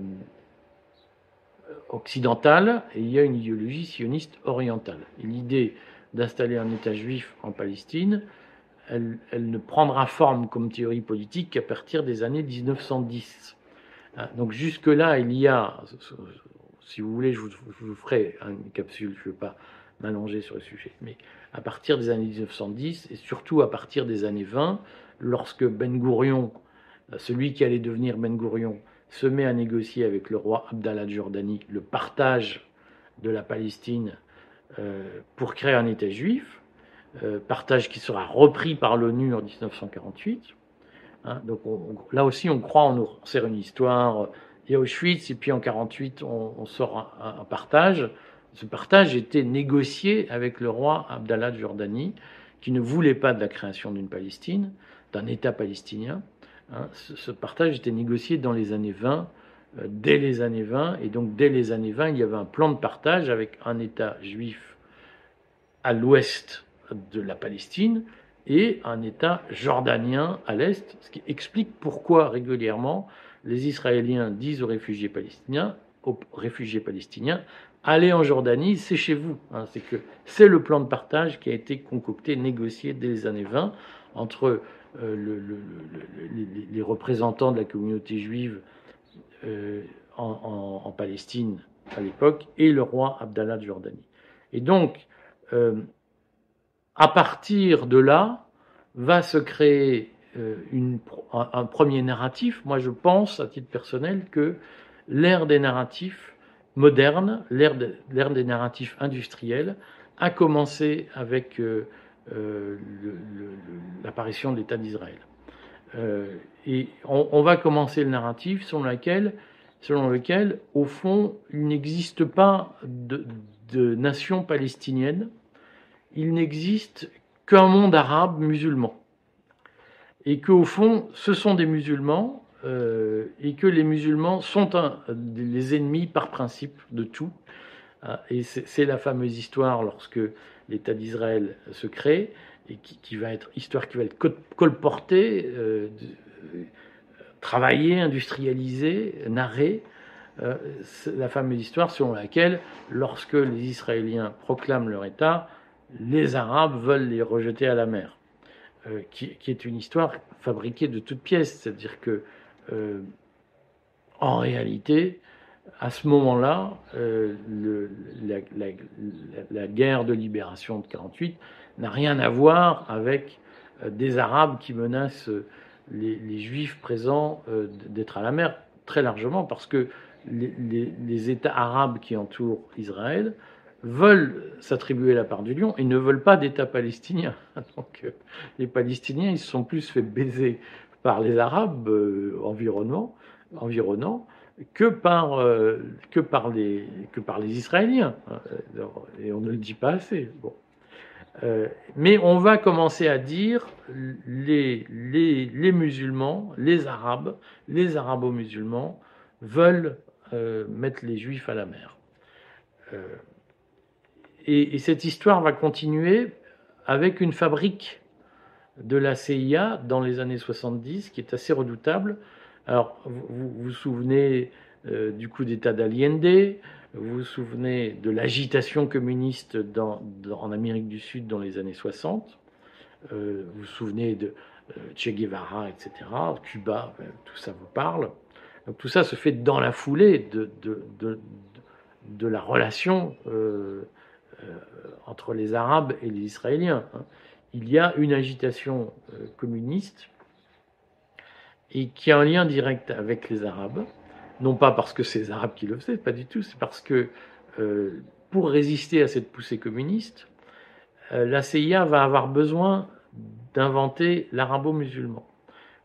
occidentale et il y a une idéologie sioniste orientale. Et l'idée d'installer un État juif en Palestine, elle, elle ne prendra forme comme théorie politique qu'à partir des années mille neuf cent dix. Donc jusque-là, il y a, si vous voulez, je vous, je vous ferai une capsule, je ne veux pas m'allonger sur le sujet, mais à partir des années mille neuf cent dix, et surtout à partir des années vingt, lorsque Ben Gourion, celui qui allait devenir Ben Gourion, se met à négocier avec le roi Abdallah de Jordanie le partage de la Palestine euh, pour créer un État juif, euh, partage qui sera repris par l'ONU en mille neuf cent quarante-huit. Hein, donc on, on, là aussi, on croit, on nous sert une histoire, il y a Auschwitz, et puis en mille neuf cent quarante-huit, on, on sort un, un partage. Ce partage était négocié avec le roi Abdallah de Jordanie, qui ne voulait pas de la création d'une Palestine, d'un État palestinien. Hein, ce, ce partage était négocié dans les années vingt, euh, dès les années vingt, et donc dès les années vingt, il y avait un plan de partage avec un État juif à l'ouest de la Palestine et un État jordanien à l'est, ce qui explique pourquoi régulièrement les Israéliens disent aux réfugiés palestiniens, aux réfugiés palestiniens, allez en Jordanie, c'est chez vous. Hein, c'est que c'est le plan de partage qui a été concocté, négocié dès les années vingt entre euh, le, le, le, les, les représentants de la communauté juive euh, en, en, en Palestine à l'époque et le roi Abdallah de Jordanie. Et donc, euh, à partir de là, va se créer euh, une, un, un premier narratif. Moi, je pense, à titre personnel, que l'ère des narratifs modernes, l'ère de, l'ère des narratifs industriels, a commencé avec euh, euh, le, le, l'apparition de l'État d'Israël. Euh, et on, on va commencer le narratif selon lequel, selon lequel, au fond, il n'existe pas de, de nation palestinienne, il n'existe qu'un monde arabe musulman. Et qu'au fond, ce sont des musulmans, euh, et que les musulmans sont un, les ennemis par principe de tout. Et c'est, c'est la fameuse histoire lorsque l'État d'Israël se crée, et qui, qui va être histoire qui va être colportée, euh, travaillée, industrialisée, narrée. Euh, c'est la fameuse histoire selon laquelle, lorsque les Israéliens proclament leur État, les Arabes veulent les rejeter à la mer, euh, qui, qui est une histoire fabriquée de toutes pièces. C'est-à-dire que, euh, en réalité, à ce moment-là, euh, le, la, la, la, la guerre de libération de quarante-huit n'a rien à voir avec euh, des Arabes qui menacent les, les Juifs présents euh, d'être à la mer, très largement, parce que les, les, les États arabes qui entourent Israël veulent s'attribuer la part du lion et ne veulent pas d'État palestinien. Donc euh, les Palestiniens, ils se sont plus fait baiser par les Arabes euh, environnants, environnants que par, euh, que, par les, que par les Israéliens. Et on ne le dit pas assez. Bon. Euh, mais on va commencer à dire les, les, les musulmans, les Arabes, les arabo-musulmans veulent euh, mettre les Juifs à la mer. Euh, et, et cette histoire va continuer avec une fabrique de la C I A dans les années soixante-dix qui est assez redoutable. Alors, vous vous, vous souvenez euh, du coup d'État d'Allende, vous vous souvenez de l'agitation communiste dans, dans, en Amérique du Sud dans les années soixante, euh, vous vous souvenez de euh, Che Guevara, et cetera, Cuba, euh, tout ça vous parle. Donc tout ça se fait dans la foulée de, de, de, de la relation euh, euh, entre les Arabes et les Israéliens. Hein. Il y a une agitation euh, communiste et qui a un lien direct avec les Arabes, non pas parce que c'est les Arabes qui le faisaient, pas du tout, c'est parce que euh, pour résister à cette poussée communiste, euh, la C I A va avoir besoin d'inventer l'arabo-musulman. Pourquoi ?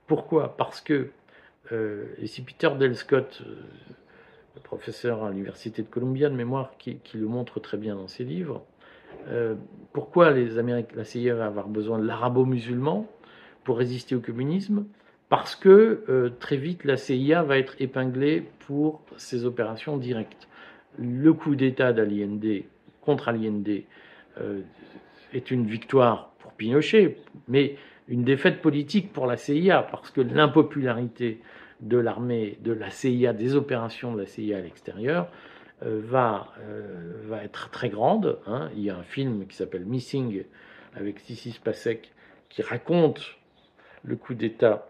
Parce que, euh, et c'est Peter Dale Scott, euh, le professeur à l'Université de Columbia de mémoire, qui, qui le montre très bien dans ses livres, euh, pourquoi les Américains, la C I A va avoir besoin de l'arabo-musulman pour résister au communisme ? Parce que euh, très vite, la C I A va être épinglée pour ses opérations directes. Le coup d'État d'Allende contre Allende euh, est une victoire pour Pinochet, mais une défaite politique pour la C I A, parce que l'impopularité de l'armée, de la C I A, des opérations de la C I A à l'extérieur, euh, va, euh, va être très grande. Hein. Il y a un film qui s'appelle Missing, avec Sissi Spacek, qui raconte le coup d'État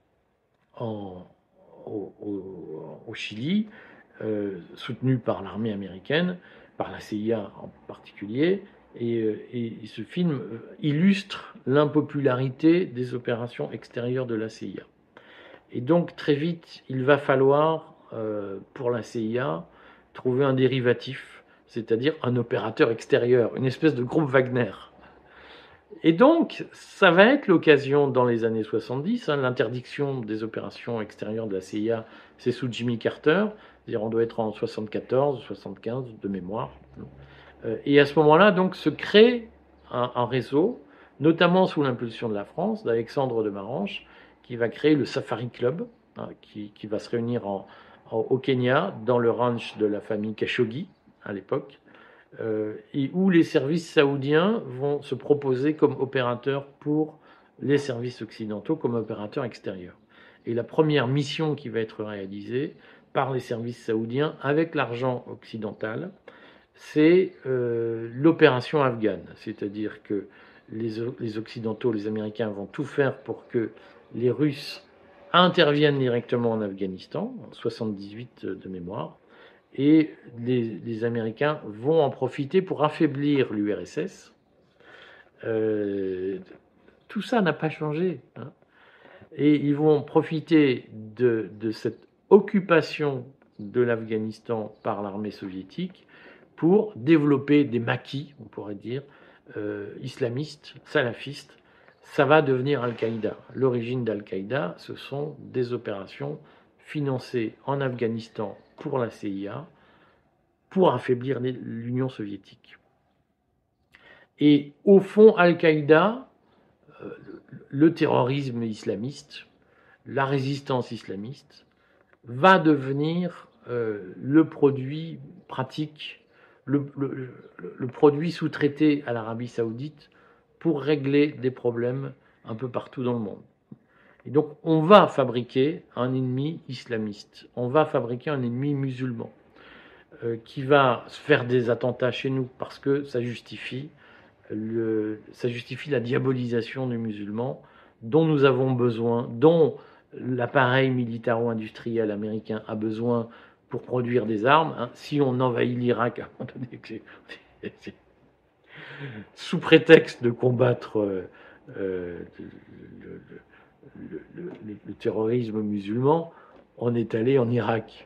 En, au, au, au Chili, euh, soutenu par l'armée américaine, par la C I A en particulier, et, et, et ce film illustre l'impopularité des opérations extérieures de la C I A. Et donc très vite, il va falloir, euh, pour la C I A, trouver un dérivatif, c'est-à-dire un opérateur extérieur, une espèce de groupe Wagner. Et donc, ça va être l'occasion dans les années soixante-dix, hein, l'interdiction des opérations extérieures de la C I A, c'est sous Jimmy Carter, c'est-à-dire on doit être en soixante-quatorze, soixante-quinze de mémoire. Euh, et à ce moment-là, donc, se crée un, un réseau, notamment sous l'impulsion de la France, d'Alexandre de Marange, qui va créer le Safari Club, hein, qui, qui va se réunir en, en, au Kenya, dans le ranch de la famille Khashoggi, à l'époque, euh, et où les services saoudiens vont se proposer comme opérateurs pour les services occidentaux, comme opérateurs extérieurs. Et la première mission qui va être réalisée par les services saoudiens avec l'argent occidental, c'est euh, l'opération afghane. C'est-à-dire que les, les Occidentaux, les Américains vont tout faire pour que les Russes interviennent directement en Afghanistan, en soixante-dix-huit de mémoire, et les, les Américains vont en profiter pour affaiblir l'U R S S. Euh, tout ça n'a pas changé. Hein. Et ils vont profiter de, de cette occupation de l'Afghanistan par l'armée soviétique pour développer des maquis, on pourrait dire, euh, islamistes, salafistes. Ça va devenir Al-Qaïda. L'origine d'Al-Qaïda, ce sont des opérations financées en Afghanistan pour la C I A, pour affaiblir l'Union soviétique. Et au fond, Al-Qaïda, euh, le terrorisme islamiste, la résistance islamiste, va devenir euh, le produit pratique, le, le, le produit sous-traité à l'Arabie saoudite pour régler des problèmes un peu partout dans le monde. Et donc on va fabriquer un ennemi islamiste, on va fabriquer un ennemi musulman euh, qui va se faire des attentats chez nous parce que ça justifie, le, ça justifie la diabolisation du musulman dont nous avons besoin, dont l'appareil militaro-industriel américain a besoin pour produire des armes. Hein. Si on envahit l'Irak, à un moment donné, c'est, c'est, c'est, sous prétexte de combattre euh, euh, le, le, le, le, le terrorisme musulman, on est allé en Irak.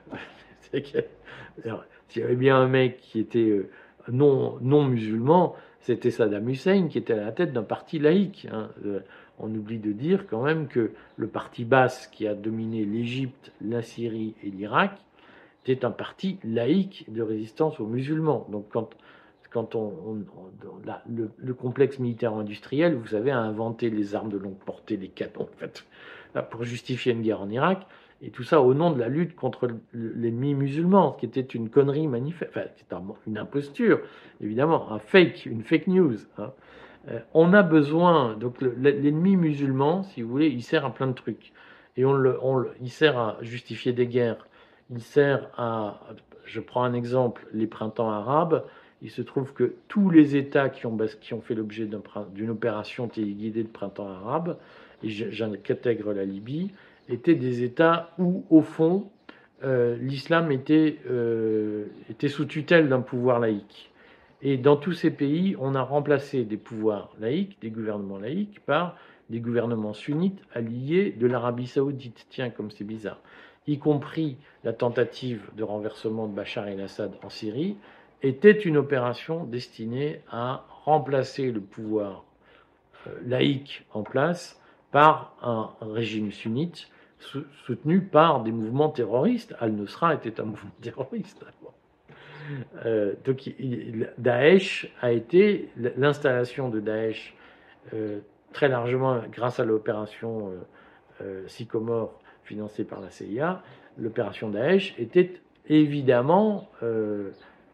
Alors, s'il y avait bien un mec qui était euh, non, non musulman, c'était Saddam Hussein qui était à la tête d'un parti laïque. Hein. Euh, on oublie de dire quand même que le parti Baas qui a dominé l'Égypte, la Syrie et l'Irak était un parti laïque de résistance aux musulmans. Donc quand, quand on, on, on la, le, le complexe militaire-industriel, vous savez, a inventé les armes de longue portée, les canons, en fait, là, pour justifier une guerre en Irak, et tout ça au nom de la lutte contre l'ennemi musulman, ce qui était une connerie manifeste, enfin, c'était une imposture, évidemment, un fake, une fake news. Hein. Euh, on a besoin, donc l'ennemi musulman, si vous voulez, il sert à plein de trucs. Et on le, on le, il sert à justifier des guerres, il sert à, je prends un exemple, les printemps arabes. Il se trouve que tous les États qui ont, qui ont fait l'objet d'une opération téléguidée de printemps arabe, et j'intègre la Libye, étaient des États où, au fond, euh, l'islam était, euh, était sous tutelle d'un pouvoir laïque. Et dans tous ces pays, on a remplacé des pouvoirs laïques, des gouvernements laïques, par des gouvernements sunnites alliés de l'Arabie saoudite. Tiens, comme c'est bizarre. Y compris la tentative de renversement de Bachar el-Assad en Syrie, était une opération destinée à remplacer le pouvoir euh, laïque en place par un régime sunnite soutenu par des mouvements terroristes. Al-Nusra était un mouvement terroriste. Euh, donc il, Daesh a été, l'installation de Daesh euh, très largement grâce à l'opération euh, euh, Sycomore financée par la C I A, l'opération Daesh était évidemment euh,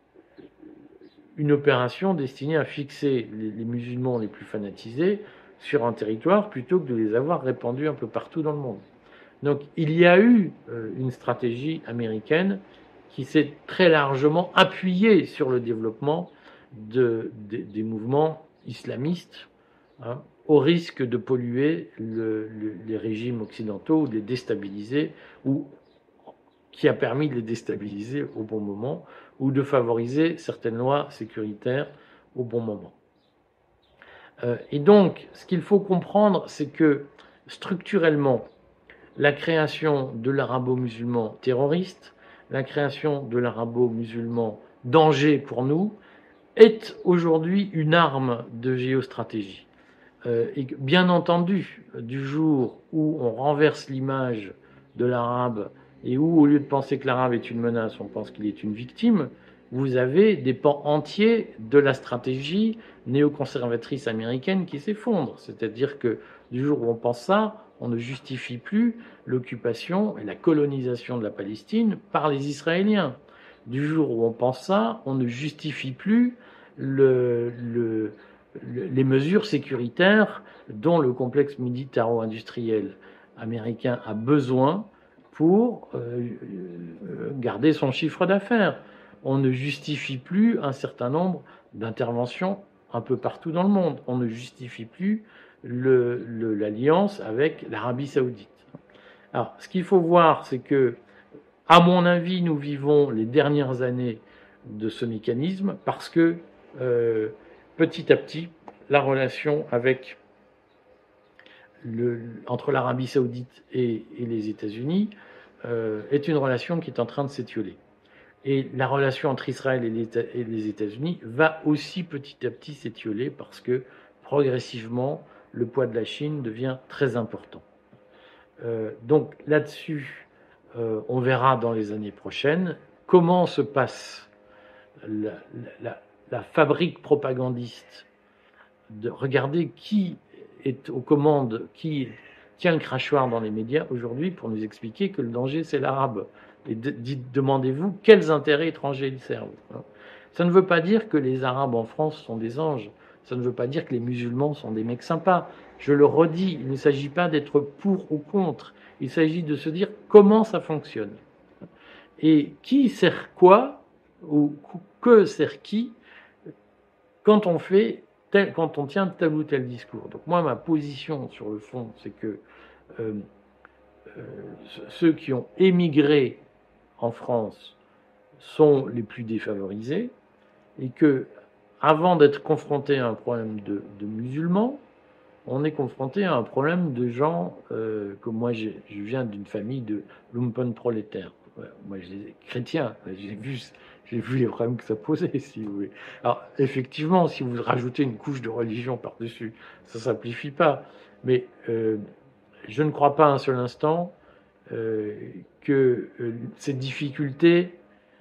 une opération destinée à fixer les, les musulmans les plus fanatisés sur un territoire plutôt que de les avoir répandus un peu partout dans le monde. Donc il y a eu euh, une stratégie américaine qui s'est très largement appuyée sur le développement de, de, des mouvements islamistes, hein, au risque de polluer le, le, les régimes occidentaux ou de les déstabiliser, ou qui a permis de les déstabiliser au bon moment, ou de favoriser certaines lois sécuritaires au bon moment. Euh, et donc, ce qu'il faut comprendre, c'est que structurellement, la création de l'arabo-musulman terroriste, la création de l'arabo-musulman danger pour nous, est aujourd'hui une arme de géostratégie. Euh, et bien entendu, du jour où on renverse l'image de l'arabe et où, au lieu de penser que l'arabe est une menace, on pense qu'il est une victime, vous avez des pans entiers de la stratégie néoconservatrice américaine qui s'effondrent. C'est-à-dire que du jour où on pense ça, on ne justifie plus l'occupation et la colonisation de la Palestine par les Israéliens. Du jour où on pense ça, on ne justifie plus le, le, le, les mesures sécuritaires dont le complexe militaro-industriel américain a besoin pour euh, garder son chiffre d'affaires. On ne justifie plus un certain nombre d'interventions un peu partout dans le monde. On ne justifie plus l'alliance avec l'Arabie saoudite. Alors, ce qu'il faut voir, c'est que, à mon avis, nous vivons les dernières années de ce mécanisme parce que, euh, petit à petit, la relation avec le, entre l'Arabie saoudite et, et les États-Unis euh, est une relation qui est en train de s'étioler. Et la relation entre Israël et les États-Unis va aussi petit à petit s'étioler parce que progressivement, le poids de la Chine devient très important. Euh, donc là-dessus, euh, on verra dans les années prochaines comment se passe la, la, la fabrique propagandiste de regarder qui est aux commandes, qui tient le crachoir dans les médias aujourd'hui pour nous expliquer que le danger c'est l'arabe. Et de, dites, demandez-vous quels intérêts étrangers ils servent. Ça ne veut pas dire que les Arabes en France sont des anges. Ça ne veut pas dire que les musulmans sont des mecs sympas. Je le redis, il ne s'agit pas d'être pour ou contre. Il s'agit de se dire comment ça fonctionne. Et qui sert quoi, ou que sert qui, quand on fait tel, quand on tient tel ou tel discours. Donc moi, ma position sur le fond, c'est que euh, euh, ceux qui ont émigré en France sont les plus défavorisés et que, avant d'être confronté à un problème de, de musulmans, on est confronté à un problème de gens euh, comme moi. Je viens d'une famille de lumpen prolétaires. Ouais, moi, j'ai chrétiens. J'ai vu, j'ai vu les problèmes que ça posait, si vous voulez. Alors, effectivement, si vous rajoutez une couche de religion par-dessus, ça simplifie pas. Mais euh, je ne crois pas un seul instant euh, que euh, cette difficulté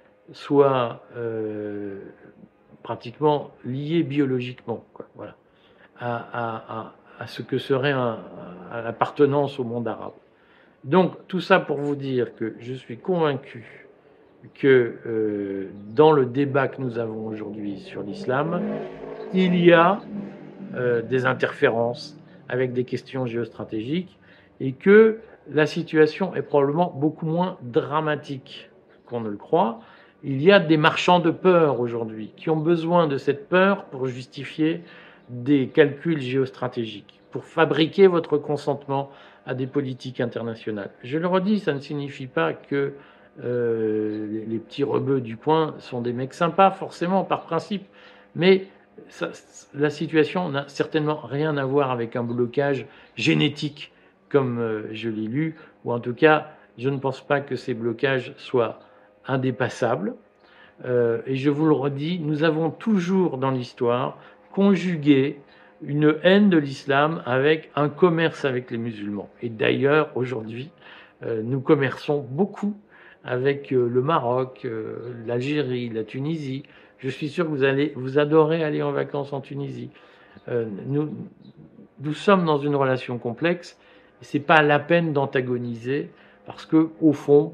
soit euh, pratiquement liée biologiquement, quoi, voilà, à, à, à, à ce que serait un, à l'appartenance au monde arabe. Donc tout ça pour vous dire que je suis convaincu que euh, dans le débat que nous avons aujourd'hui sur l'islam, il y a euh, des interférences avec des questions géostratégiques et que la situation est probablement beaucoup moins dramatique qu'on ne le croit. Il y a des marchands de peur aujourd'hui qui ont besoin de cette peur pour justifier des calculs géostratégiques, pour fabriquer votre consentement à des politiques internationales. Je le redis, ça ne signifie pas que euh, les, les petits rebeux du coin sont des mecs sympas, forcément, par principe, mais ça, la situation n'a certainement rien à voir avec un blocage génétique, comme euh, je l'ai lu, ou en tout cas, je ne pense pas que ces blocages soient indépassables. Euh, et je vous le redis, nous avons toujours dans l'histoire conjugué une haine de l'islam avec un commerce avec les musulmans. Et d'ailleurs, aujourd'hui, euh, nous commerçons beaucoup avec euh, le Maroc, euh, l'Algérie, la Tunisie. Je suis sûr que vous allez, vous adorez aller en vacances en Tunisie. Euh, nous, nous sommes dans une relation complexe. Et c'est pas la peine d'antagoniser parce que, au fond,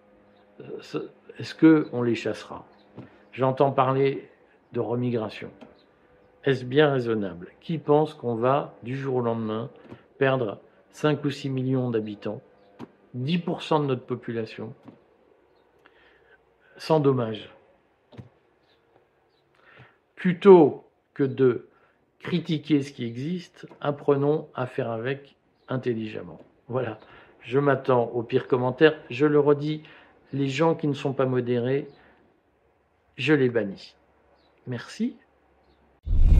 est-ce que on les chassera? J'entends parler de remigration. Est-ce bien raisonnable? Qui pense qu'on va, du jour au lendemain, perdre cinq ou six millions d'habitants, dix pour cent de notre population, sans dommage? Plutôt que de critiquer ce qui existe, apprenons à faire avec intelligemment. Voilà, je m'attends aux pires commentaires. Je le redis, les gens qui ne sont pas modérés, je les bannis. Merci.